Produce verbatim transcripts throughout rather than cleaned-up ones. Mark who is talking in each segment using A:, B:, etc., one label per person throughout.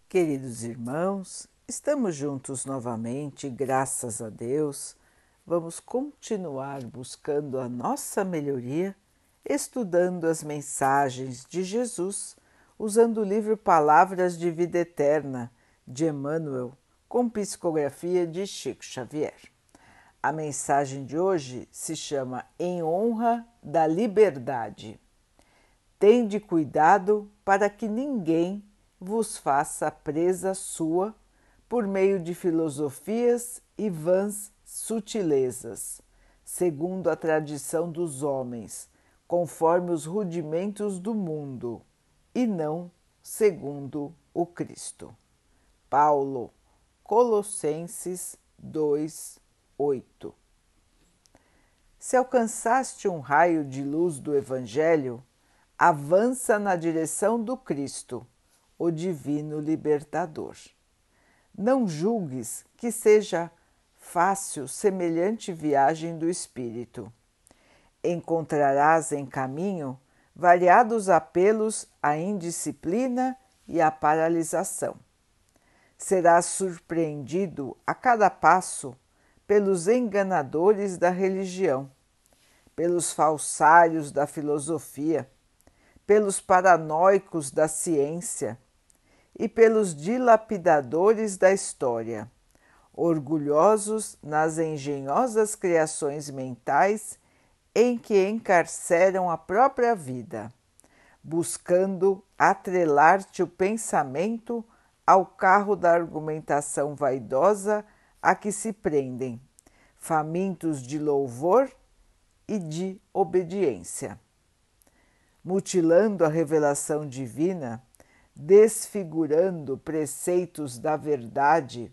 A: Queridos irmãos, estamos juntos novamente, graças a Deus. Vamos continuar buscando a nossa melhoria, estudando as mensagens de Jesus, usando o livro Palavras de Vida Eterna, de Emmanuel, com psicografia de Chico Xavier. A mensagem de hoje se chama Em Honra da Liberdade. Tende cuidado para que ninguém vos faça presa sua por meio de filosofias e vãs sutilezas, segundo a tradição dos homens, conforme os rudimentos do mundo, e não segundo o Cristo. Paulo, Colossenses dois, oito. Se alcançaste um raio de luz do Evangelho, avança na direção do Cristo, o Divino Libertador. Não julgues que seja fácil semelhante viagem do Espírito. Encontrarás em caminho variados apelos à indisciplina e à paralisação. Serás surpreendido a cada passo pelos enganadores da religião, pelos falsários da filosofia, pelos paranoicos da ciência e pelos dilapidadores da história, orgulhosos nas engenhosas criações mentais em que encarceram a própria vida, buscando atrelar-te o pensamento ao carro da argumentação vaidosa a que se prendem, famintos de louvor e de obediência. Mutilando a revelação divina, desfigurando preceitos da verdade,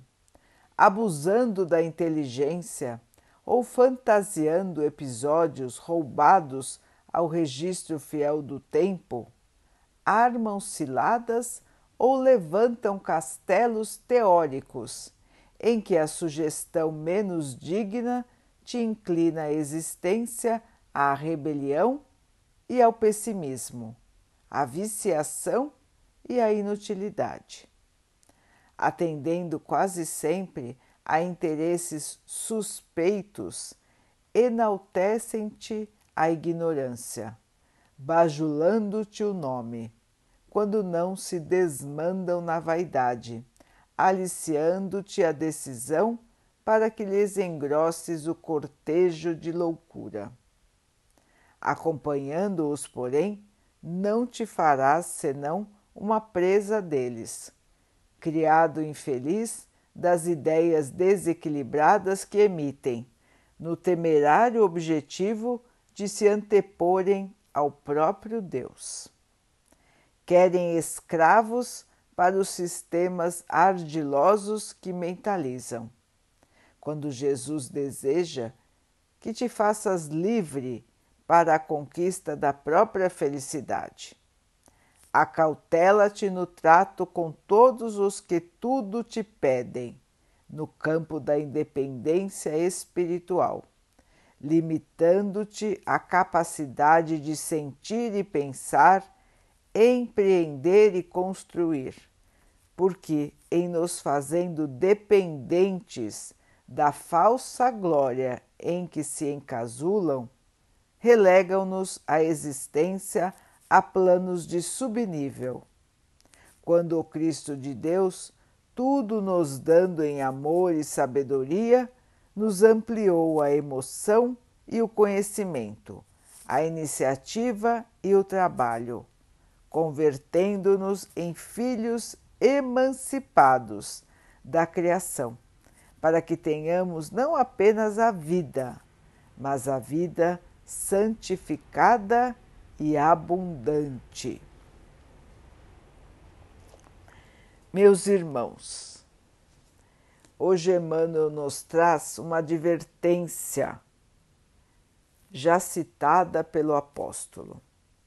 A: abusando da inteligência ou fantasiando episódios roubados ao registro fiel do tempo, armam ciladas ou levantam castelos teóricos, em que a sugestão menos digna te inclina a existência à rebelião e ao pessimismo, à viciação e à inutilidade. Atendendo quase sempre a interesses suspeitos, enaltecem-te a ignorância, bajulando-te o nome, quando não se desmandam na vaidade, aliciando-te a decisão para que lhes engrosses o cortejo de loucura. Acompanhando-os, porém, não te farás senão uma presa deles, criado infeliz das ideias desequilibradas que emitem, no temerário objetivo de se anteporem ao próprio Deus. Querem escravos para os sistemas ardilosos que mentalizam, quando Jesus deseja que te faças livre para a conquista da própria felicidade. Acautela-te no trato com todos os que tudo te pedem, no campo da independência espiritual, limitando-te a capacidade de sentir e pensar, empreender e construir, porque em nos fazendo dependentes da falsa glória em que se encasulam, relegam-nos à existência a planos de subnível, quando o Cristo de Deus, tudo nos dando em amor e sabedoria, nos ampliou a emoção e o conhecimento, a iniciativa e o trabalho, convertendo-nos em filhos emancipados da criação, para que tenhamos não apenas a vida, mas a vida santificada e abundante. Meus irmãos, hoje Emmanuel nos traz uma advertência já citada pelo apóstolo.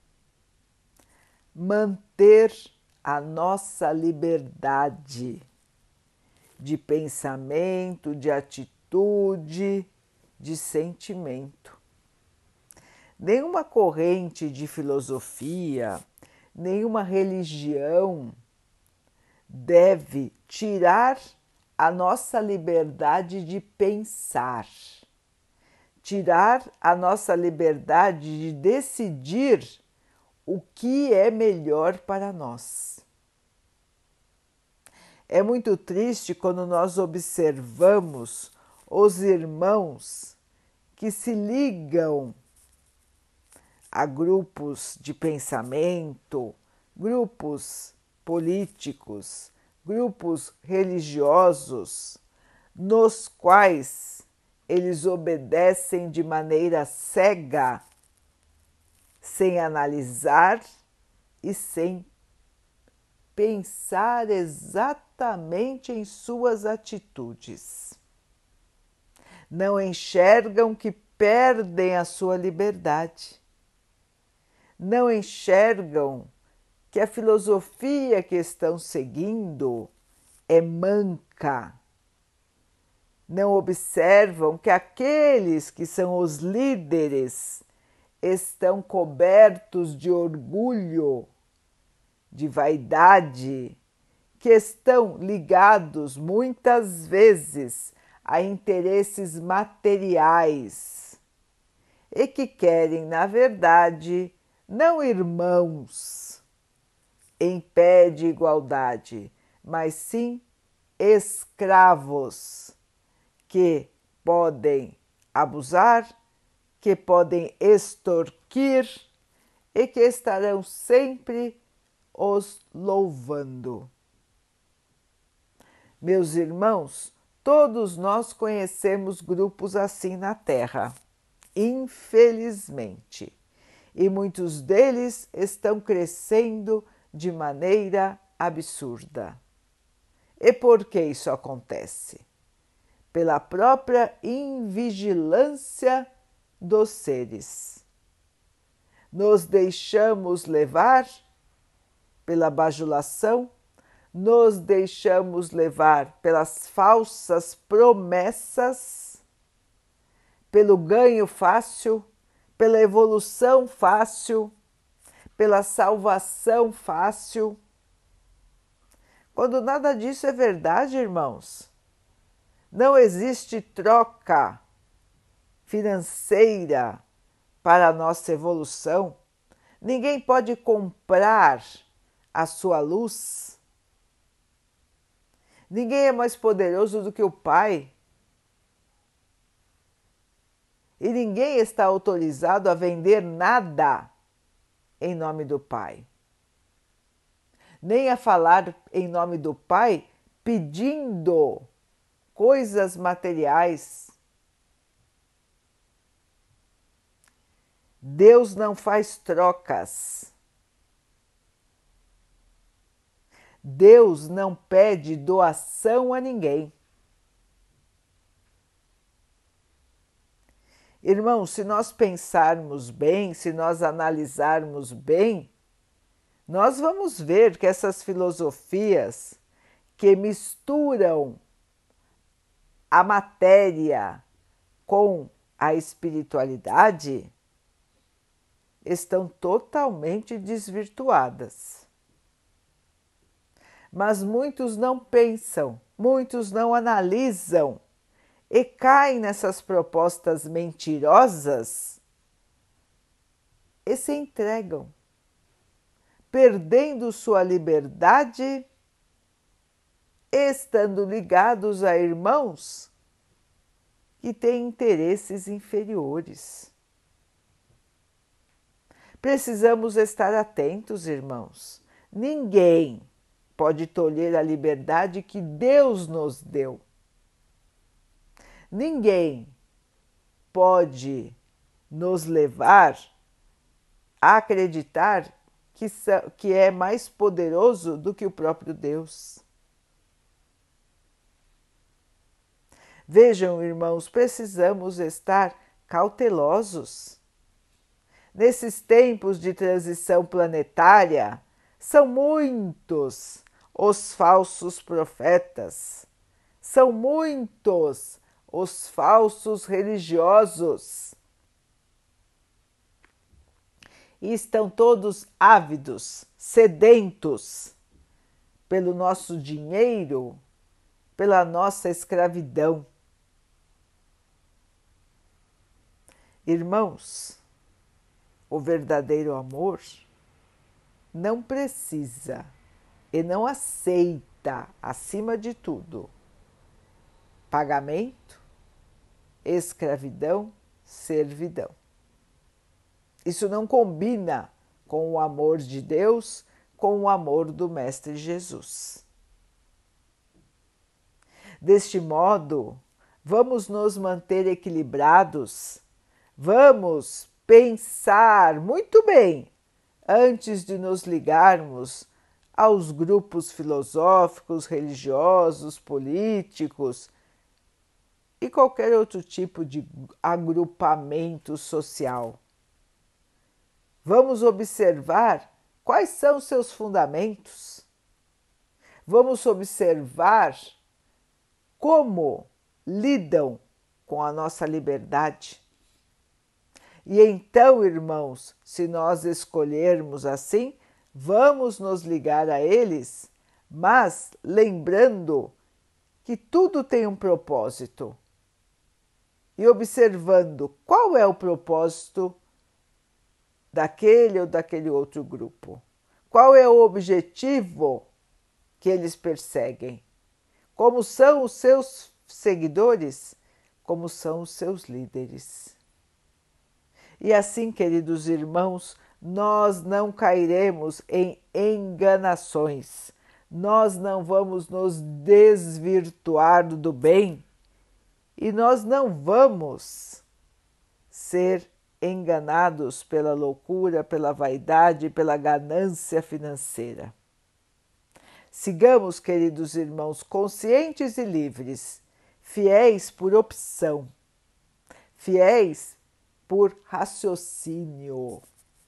A: Manter a nossa liberdade de pensamento, de atitude, de sentimento. Nenhuma corrente de filosofia, nenhuma religião deve tirar a nossa liberdade de pensar, tirar a nossa liberdade de decidir o que é melhor para nós. É muito triste quando nós observamos os irmãos que se ligam a grupos de pensamento, grupos políticos, grupos religiosos, nos quais eles obedecem de maneira cega, sem analisar e sem pensar exatamente em suas atitudes. Não enxergam que perdem a sua liberdade. Não enxergam que a filosofia que estão seguindo é manca. Não observam que aqueles que são os líderes estão cobertos de orgulho, de vaidade, que estão ligados muitas vezes a interesses materiais e que querem, na verdade, não irmãos em pé de igualdade, mas sim escravos que podem abusar, que podem extorquir e que estarão sempre os louvando. Meus irmãos, todos nós conhecemos grupos assim na Terra, infelizmente, e muitos deles estão crescendo de maneira absurda. E por que isso acontece? Pela própria invigilância dos seres. Nos deixamos levar pela bajulação, nos deixamos levar pelas falsas promessas, pelo ganho fácil, pela evolução fácil, pela salvação fácil. Quando nada disso é verdade, irmãos. Não existe troca financeira para a nossa evolução. Ninguém pode comprar a sua luz. Ninguém é mais poderoso do que o Pai. E ninguém está autorizado a vender nada em nome do Pai. Nem a falar em nome do Pai pedindo coisas materiais. Deus não faz trocas. Deus não pede doação a ninguém. Irmãos, se nós pensarmos bem, se nós analisarmos bem, nós vamos ver que essas filosofias que misturam a matéria com a espiritualidade estão totalmente desvirtuadas. Mas muitos não pensam, muitos não analisam e caem nessas propostas mentirosas e se entregam, perdendo sua liberdade, estando ligados a irmãos que têm interesses inferiores. Precisamos estar atentos, irmãos. Ninguém pode tolher a liberdade que Deus nos deu. Ninguém pode nos levar a acreditar que, que é mais poderoso do que o próprio Deus. Vejam, irmãos, precisamos estar cautelosos. Nesses tempos de transição planetária, são muitos os falsos profetas, são muitos os falsos religiosos. E estão todos ávidos, sedentos, pelo nosso dinheiro, pela nossa escravidão. Irmãos, o verdadeiro amor não precisa e não aceita, acima de tudo, pagamento, escravidão, servidão. Isso não combina com o amor de Deus, com o amor do Mestre Jesus. Deste modo, vamos nos manter equilibrados, vamos pensar muito bem antes de nos ligarmos aos grupos filosóficos, religiosos, políticos e qualquer outro tipo de agrupamento social. Vamos observar quais são seus fundamentos. Vamos observar como lidam com a nossa liberdade. E então, irmãos, se nós escolhermos assim, vamos nos ligar a eles, mas lembrando que tudo tem um propósito e observando qual é o propósito daquele ou daquele outro grupo, qual é o objetivo que eles perseguem, como são os seus seguidores, como são os seus líderes. E assim, queridos irmãos, nós não cairemos em enganações, nós não vamos nos desvirtuar do bem e nós não vamos ser enganados pela loucura, pela vaidade, pela ganância financeira. Sigamos, queridos irmãos, conscientes e livres, fiéis por opção, fiéis por raciocínio,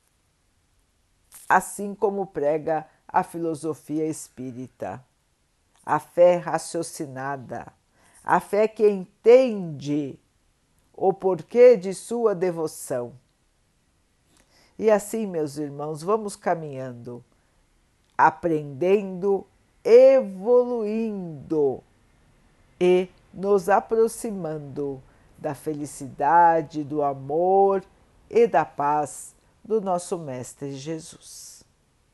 A: assim como prega a filosofia espírita. A fé raciocinada, a fé que entende o porquê de sua devoção. E assim, meus irmãos, vamos caminhando, aprendendo, evoluindo e nos aproximando da felicidade, do amor e da paz do nosso Mestre Jesus.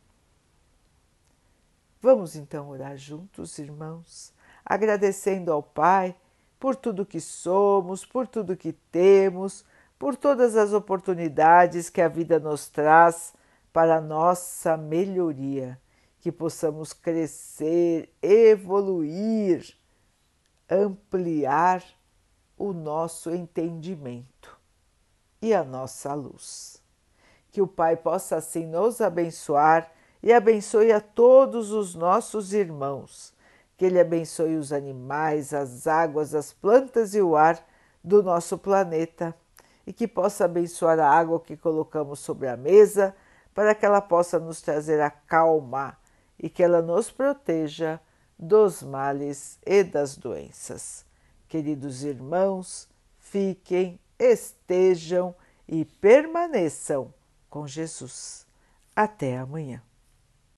A: Vamos então orar juntos, irmãos, agradecendo ao Pai por tudo que somos, por tudo que temos, por todas as oportunidades que a vida nos traz para a nossa melhoria, que possamos crescer, evoluir, ampliar o nosso entendimento e a nossa luz. Que o Pai possa assim nos abençoar e abençoe a todos os nossos irmãos. Que Ele abençoe os animais, as águas, as plantas e o ar do nosso planeta e que possa abençoar a água que colocamos sobre a mesa para que ela possa nos trazer a calma e que ela nos proteja dos males e das doenças. Queridos irmãos, fiquem, estejam e permaneçam com Jesus. Até amanhã.